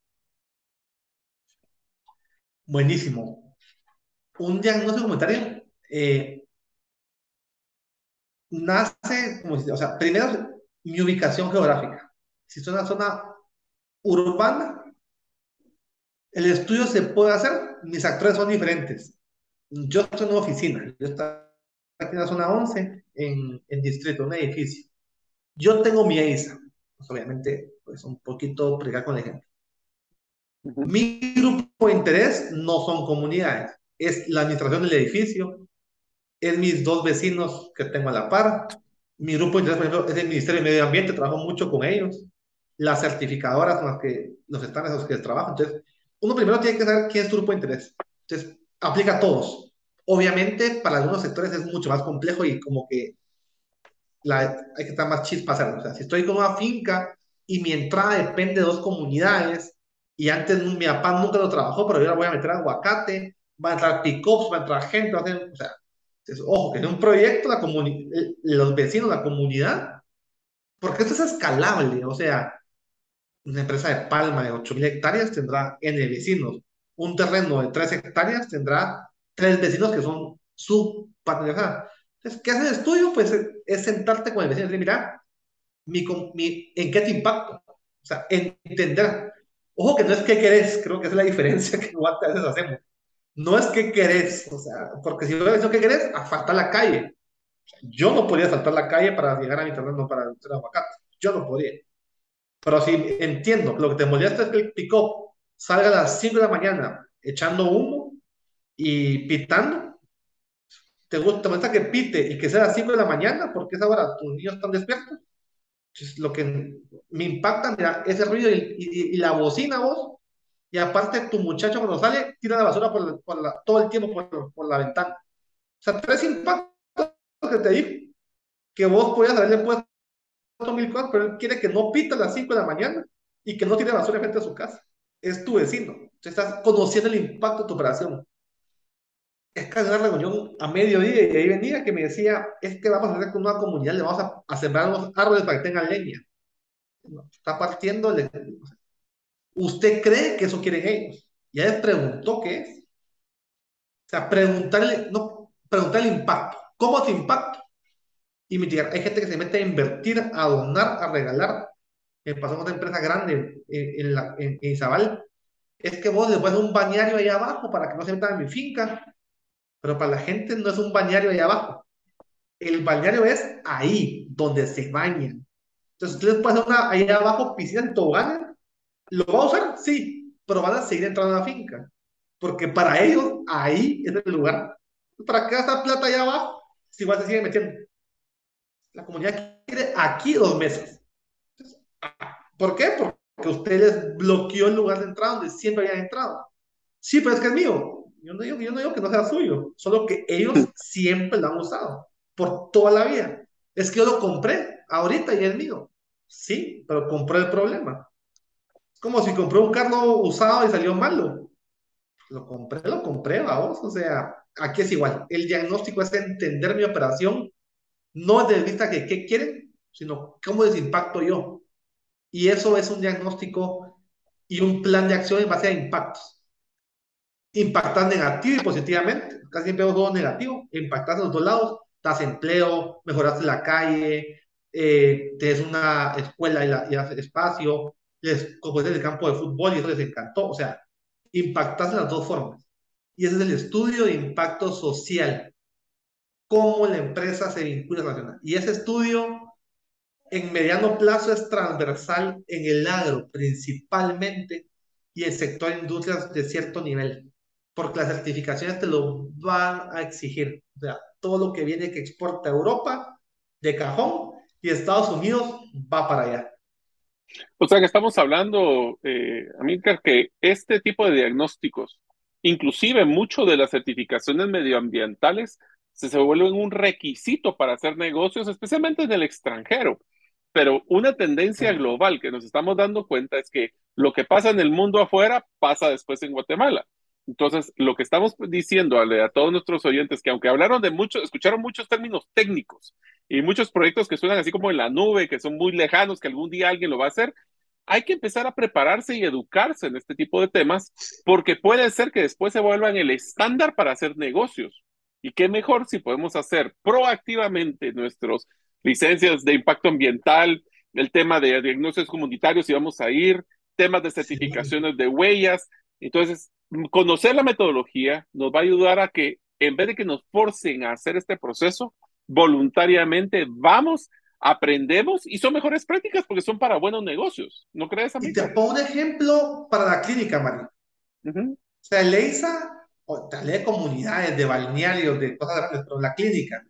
Buenísimo. Un diagnóstico comunitario nace, o sea, primero mi ubicación geográfica. Si es una zona urbana, el estudio se puede hacer, mis actores son diferentes. Yo estoy en una oficina, yo estoy aquí en la zona 11, en distrito, un edificio. Yo tengo mi EISA, pues obviamente, pues un poquito pregar con el ejemplo. Ujú, Mi grupo de interés no son comunidades, es la administración del edificio, es mis dos vecinos que tengo a la par. Mi grupo de interés, por ejemplo, es el Ministerio de Medio Ambiente, trabajo mucho con ellos. Las certificadoras con las que los están esos que trabajo. Entonces, uno primero tiene que saber quién es tu grupo de interés. Entonces, aplica a todos. Obviamente, para algunos sectores es mucho más complejo y como que hay que estar más chispas. O sea, si estoy con una finca y mi entrada depende de dos comunidades y antes mi papá nunca lo trabajó, pero yo la voy a meter aguacate, va a entrar pick-ups, va a entrar gente, o sea, entonces, ojo, que es un proyecto, los vecinos, la comunidad, porque esto es escalable, o sea, una empresa de palma de 8.000 hectáreas tendrá N vecinos, un terreno de 3 hectáreas tendrá 3 vecinos que son su patrimonio. Entonces, ¿qué hace el estudio? Pues es sentarte con el vecino y decir, mira, ¿en qué te impacto? O sea, entender. Ojo que no es que querés, creo que esa es la diferencia que a veces hacemos. No es que querés, o sea, porque si no es que querés, asfaltar la calle. Yo no podría saltar la calle para llegar a mi terreno para hacer aguacate. Yo no podría. Pero si entiendo, lo que te molesta es que el pick-up salga a las 5 de la mañana echando humo y pitando. ¿Te molesta que pite y que sea a las 5 de la mañana? Porque esa hora tus niños están despiertos. Entonces, lo que me impacta, mira, ese ruido y la bocina vos. Y aparte, tu muchacho cuando sale, tira la basura todo el tiempo por la ventana. O sea, tres impactos que te digo, que vos podías haberle puesto 1.000 cosas, pero él quiere que no pita a las 5 de la mañana y que no tire basura frente a su casa. Es tu vecino. Tú estás conociendo el impacto de tu operación. Es que una reunión a mediodía y ahí venía que me decía, es que vamos a hacer con una comunidad, le vamos a sembrar unos árboles para que tengan leña. No, está partiendo. ¿Usted cree que eso quieren ellos? Ya les preguntó qué es. sea, preguntarle, no, preguntar el impacto. ¿Cómo te impacta? Y mitigar. Hay gente que se mete a invertir, a donar, a regalar. Me pasó con una empresa grande en Izabal. Es que vos le pones un bañario ahí abajo para que no se metan en mi finca, pero para la gente no es un bañario ahí abajo. El bañario es ahí, donde se bañan. Entonces, ustedes pueden hacer una ahí abajo, piscina en tobogán. ¿Lo va a usar? Sí, pero van a seguir entrando a la finca. Porque para ellos, ahí es el lugar. ¿Para qué gastar plata allá abajo si vas a seguir metiendo? La comunidad quiere aquí 2 meses. ¿Por qué? Porque usted les bloqueó el lugar de entrada donde siempre habían entrado. Sí, pero es que es mío. Yo no digo que no sea suyo, solo que ellos siempre lo han usado por toda la vida. Es que yo lo compré ahorita y es mío. Sí, pero compré el problema. Es como si compré un carro usado y salió malo. Lo compré, vamos. O sea, aquí es igual. El diagnóstico es entender mi operación, no desde vista que qué quieren, sino cómo les impacto yo. Y eso es un diagnóstico y un plan de acción en base a impactos. Impactas negativo y positivamente. Casi siempre vemos todo negativo. Impactas en los dos lados. Das empleo, mejoraste la calle, tienes una escuela y haces espacio, les compones el campo de fútbol y eso les encantó. O sea, impactas en las dos formas. Y ese es el estudio de impacto social. Cómo la empresa se vincula a la nacional. Y ese estudio en mediano plazo es transversal en el agro principalmente y el sector de industrias de cierto nivel, porque las certificaciones te lo van a exigir. O sea, todo lo que viene que exporta a Europa de cajón y Estados Unidos va para allá. O sea que estamos hablando, Amílcar, que este tipo de diagnósticos, inclusive mucho de las certificaciones medioambientales, se vuelven un requisito para hacer negocios, especialmente en el extranjero. Pero una tendencia global que nos estamos dando cuenta es que lo que pasa en el mundo afuera pasa después en Guatemala. Entonces, lo que estamos diciendo a todos nuestros oyentes, que aunque hablaron de muchos, escucharon muchos términos técnicos y muchos proyectos que suenan así como en la nube, que son muy lejanos, que algún día alguien lo va a hacer, hay que empezar a prepararse y educarse en este tipo de temas, porque puede ser que después se vuelvan el estándar para hacer negocios. Y qué mejor si podemos hacer proactivamente nuestras licencias de impacto ambiental, el tema de diagnósticos comunitarios, si vamos a ir, temas de Sí. certificaciones de huellas. Entonces, conocer la metodología nos va a ayudar a que en vez de que nos forcen a hacer este proceso, voluntariamente vamos, aprendemos y son mejores prácticas porque son para buenos negocios. ¿No crees, Y te amiga? pongo un ejemplo para la clínica, Mario. Ujú, O sea, Leisa, o tal vez comunidades de balnearios, de cosas grandes, pero la clínica,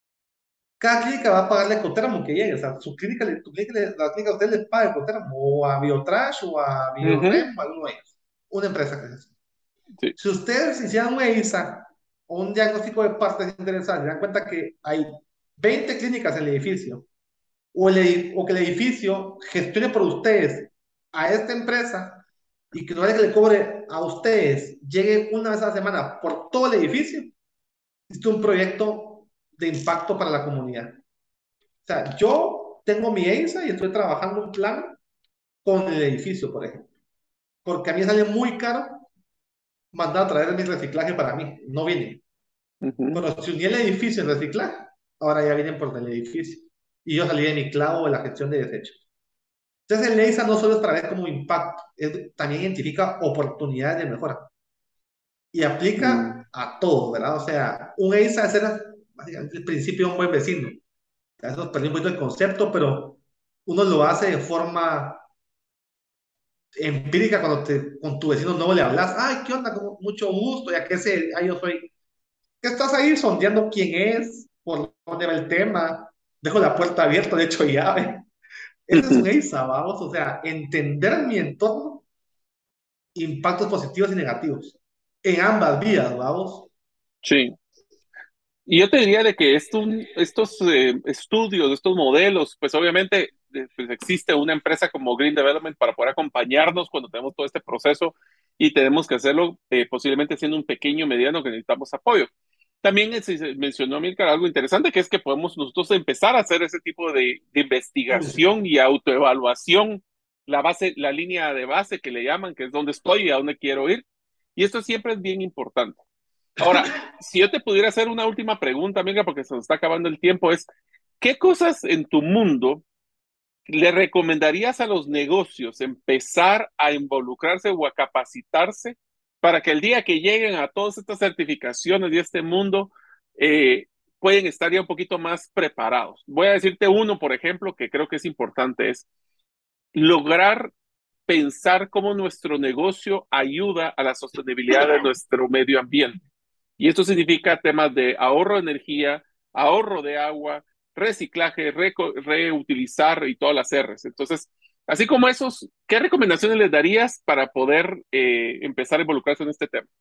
cada clínica va a pagarle Cotermo que llegue. O sea, su clínica, la clínica a usted le paga el Cotermo, o a Biotrash, o a ujú, Biorem, o a alguno de ellos. Una empresa que es así. sí, Si ustedes hicieran un EISA o un diagnóstico de partes interesantes, se dan cuenta que hay 20 clínicas en el edificio, o que el edificio gestione por ustedes a esta empresa y que no vaya que le cobre a ustedes, llegue una vez a la semana por todo el edificio, es un proyecto de impacto para la comunidad. O sea, yo tengo mi EISA y estoy trabajando un plan con el edificio, por ejemplo, porque a mí sale muy caro mandar a traer mi reciclaje para mí, no viene. ujú, Pero si uní el edificio en reciclaje, ahora ya vienen por el edificio. Y yo salí de mi clavo de la gestión de desechos. Entonces el EISA no solo es traer como impacto, también identifica oportunidades de mejora y mm, aplica a todo, ¿verdad? O sea, un EISA es ser básicamente el principio de un buen vecino. A veces nos perdí un poquito el concepto, pero uno lo hace de forma empírica cuando con tu vecino nuevo le hablas, ay, ¿qué onda? Como, mucho gusto, ya que sé, ay, yo soy, ¿qué estás ahí sondeando quién es? ¿Por dónde va el tema? Dejo la puerta abierta, de hecho llave. Ese es un ujú. EISA, vamos, o sea, entender mi entorno, impactos positivos y negativos, en ambas vías, vamos. Sí. Y yo te diría de que estos estudios, estos modelos, pues obviamente pues existe una empresa como Green Development para poder acompañarnos cuando tenemos todo este proceso y tenemos que hacerlo posiblemente siendo un pequeño, mediano, que necesitamos apoyo. También se mencionó, Milcar, algo interesante, que es que podemos nosotros empezar a hacer ese tipo de Uy, investigación y autoevaluación, la base, la línea de base que le llaman, que es donde estoy y a dónde quiero ir. Y esto siempre es bien importante. Ahora, si yo te pudiera hacer una última pregunta, amiga, porque se nos está acabando el tiempo, es, ¿qué cosas en tu mundo le recomendarías a los negocios empezar a involucrarse o a capacitarse para que el día que lleguen a todas estas certificaciones y este mundo pueden estar ya un poquito más preparados? Voy a decirte uno, por ejemplo, que creo que es importante, es lograr pensar cómo nuestro negocio ayuda a la sostenibilidad de nuestro medio ambiente. Y esto significa temas de ahorro de energía, ahorro de agua, reciclaje, reutilizar y todas las R's. Entonces, así como esos, ¿qué recomendaciones les darías para poder empezar a involucrarse en este tema?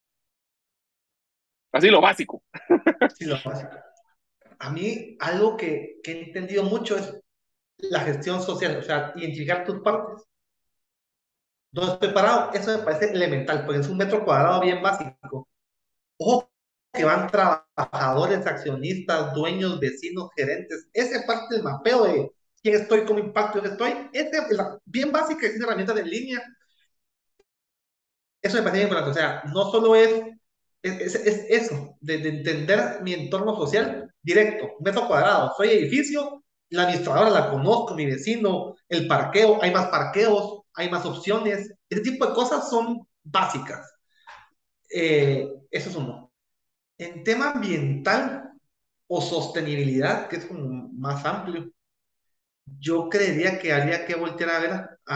Así lo básico. Sí, lo básico. A mí, algo que he entendido mucho es la gestión social, o sea, identificar tus partes. ¿Dónde estoy parado? Eso me parece elemental, porque es un metro cuadrado bien básico. Ojo que van trabajadores, accionistas, dueños, vecinos, gerentes. Esa parte del mapeo de quién estoy, cómo impacto, dónde estoy, es bien básica, es una herramienta de línea. Eso me parece bien importante. O sea, no solo es eso, de entender mi entorno social directo, metro cuadrado. Soy edificio, la administradora la conozco, mi vecino, el parqueo, hay más parqueos, hay más opciones. Ese tipo de cosas son básicas. Eso es uno. En tema ambiental o sostenibilidad, que es como más amplio, yo creería que habría que voltear a ver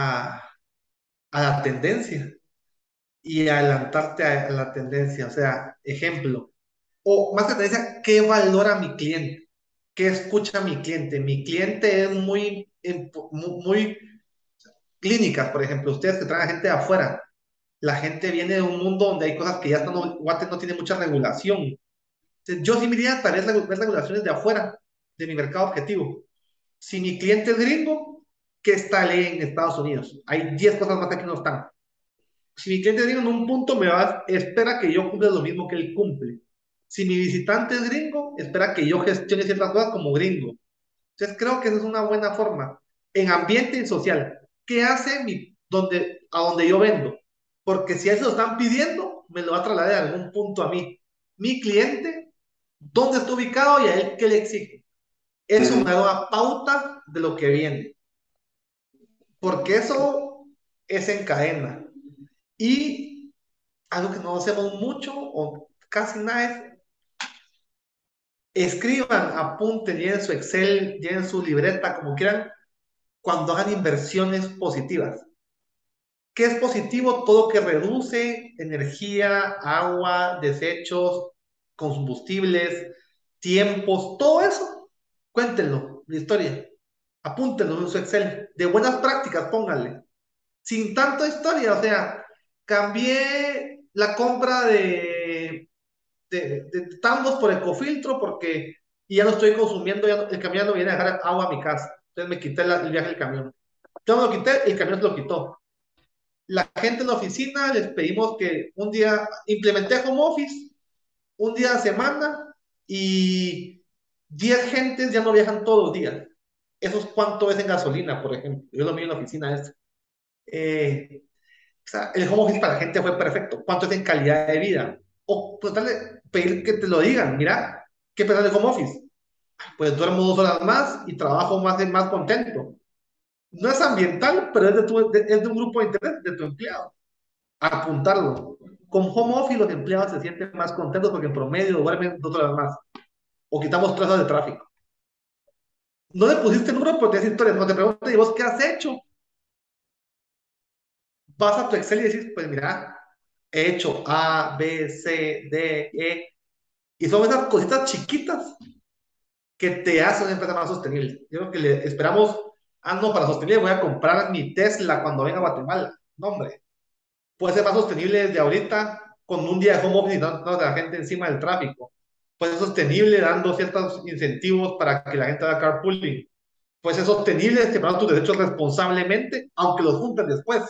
a la tendencia y adelantarte a la tendencia. O sea, ejemplo, o más que tendencia, ¿qué valora mi cliente? ¿Qué escucha mi cliente? Mi cliente es muy clínicas, por ejemplo, ustedes que traen gente de afuera. La gente viene de un mundo donde hay cosas que ya están, Guate no tiene mucha regulación. Entonces, yo sí me iría tal vez ver regulaciones de afuera, de mi mercado objetivo. Si mi cliente es gringo, ¿qué está ley en Estados Unidos? Hay 10 cosas más que aquí no están. Si mi cliente es gringo en un punto, espera que yo cumpla lo mismo que él cumple. Si mi visitante es gringo, espera que yo gestione ciertas cosas como gringo. Entonces creo que esa es una buena forma. En ambiente y social, ¿qué hace a donde yo vendo? Porque si a eso lo están pidiendo, me lo va a trasladar a algún punto a mí. Mi cliente, ¿dónde está ubicado y a él qué le exige? Eso me Ujú. da una pauta de lo que viene. Porque eso es en cadena. Y algo que no hacemos mucho o casi nada es escriban, apunten, llenen su Excel, llenen su libreta, como quieran, cuando hagan inversiones positivas. ¿Qué es positivo? Todo que reduce energía, agua, desechos, combustibles, tiempos, todo eso. Cuéntenlo, la historia. Apúntenlo en su Excel. De buenas prácticas, pónganle. Sin tanto historia, o sea, cambié la compra de tambos por ecofiltro porque y ya no estoy consumiendo, el camión no viene a dejar agua a mi casa. Entonces me quité el viaje del camión. Yo me lo quité, el camión se lo quitó. La gente en la oficina les pedimos que un día implementé home office, un día a la semana y 10 gentes ya no viajan todos los días. Eso es cuánto es en gasolina, por ejemplo. Yo lo mío en la oficina es. Eh, o sea, el home office para la gente fue perfecto. ¿Cuánto es en calidad de vida? O pues dale, pedir que te lo digan. Mira, ¿qué pensás del home office? Pues duermo 2 horas más y trabajo más contento. No es ambiental, pero es de un grupo de interés de tu empleado. Apuntarlo. Con home office los empleados se sienten más contentos porque en promedio duermen 2 horas más. O quitamos 3 horas de tráfico. No le pusiste número porque tienes historias. No te preguntas, ¿y vos qué has hecho? Vas a tu Excel y decís, pues mira, he hecho A, B, C, D, E. Y son esas cositas chiquitas que te hacen una empresa más sostenible. Yo creo que le esperamos, no, para sostenible voy a comprar mi Tesla cuando venga a Guatemala. No, hombre, puede ser más sostenible desde ahorita con un día de home office y no de la gente encima del tráfico. Puede ser sostenible dando ciertos incentivos para que la gente haga carpooling. Puede ser sostenible separando tus derechos responsablemente, aunque los junten después.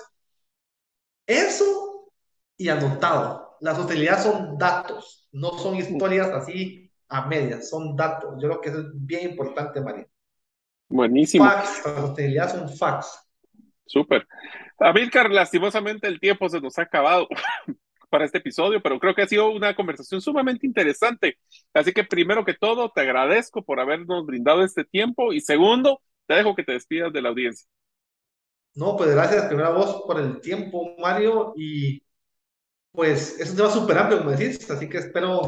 Eso y anotado. La sostenibilidad son datos, no son historias así a medias, son datos. Yo creo que eso es bien importante, María. Buenísimo, Facts, la sostenibilidad son facts. súper. Amílcar, lastimosamente el tiempo se nos ha acabado. para este episodio, pero creo que ha sido una conversación sumamente interesante. Así que primero que todo, te agradezco por habernos brindado este tiempo y segundo, te dejo que te despidas de la audiencia. No, pues gracias primero a vos por el tiempo, Mario, y pues es un tema súper amplio, como decís, así que espero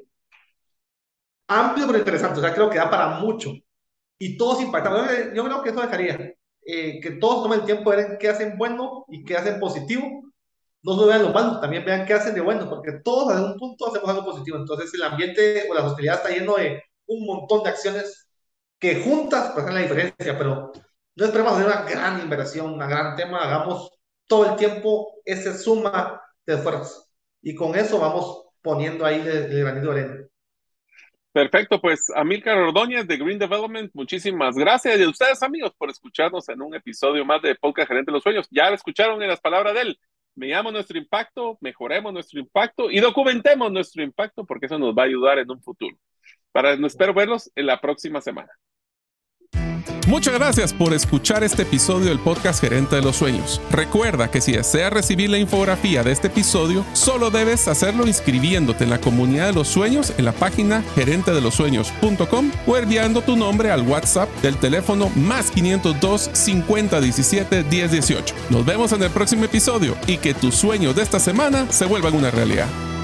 amplio pero interesante, o sea, creo que da para mucho y todos impactados. Yo creo que eso dejaría, que todos tomen el tiempo de ver qué hacen bueno y qué hacen positivo, no solo vean lo malo, también vean qué hacen de bueno, porque todos en un punto hacemos algo positivo, entonces el ambiente o la sociedad está lleno de un montón de acciones que juntas pues hacen la diferencia, pero no esperemos hacer una gran inversión, un gran tema, hagamos todo el tiempo esa suma de esfuerzos y con eso vamos poniendo ahí el granito de arena. Perfecto, pues Amílcar Ordóñez de Green Development, muchísimas gracias. Y a ustedes, amigos, por escucharnos en un episodio más de Podcast Gerente de los Sueños. Ya lo escucharon en las palabras de él. Medamos nuestro impacto, mejoremos nuestro impacto y documentemos nuestro impacto porque eso nos va a ayudar en un futuro. Espero verlos en la próxima semana. Muchas gracias por escuchar este episodio del podcast Gerente de los Sueños. Recuerda que si deseas recibir la infografía de este episodio, solo debes hacerlo inscribiéndote en la comunidad de los sueños en la página gerentedelosueños.com o enviando tu nombre al WhatsApp del teléfono +502 50 17 10 18. Nos vemos en el próximo episodio y que tus sueños de esta semana se vuelvan una realidad.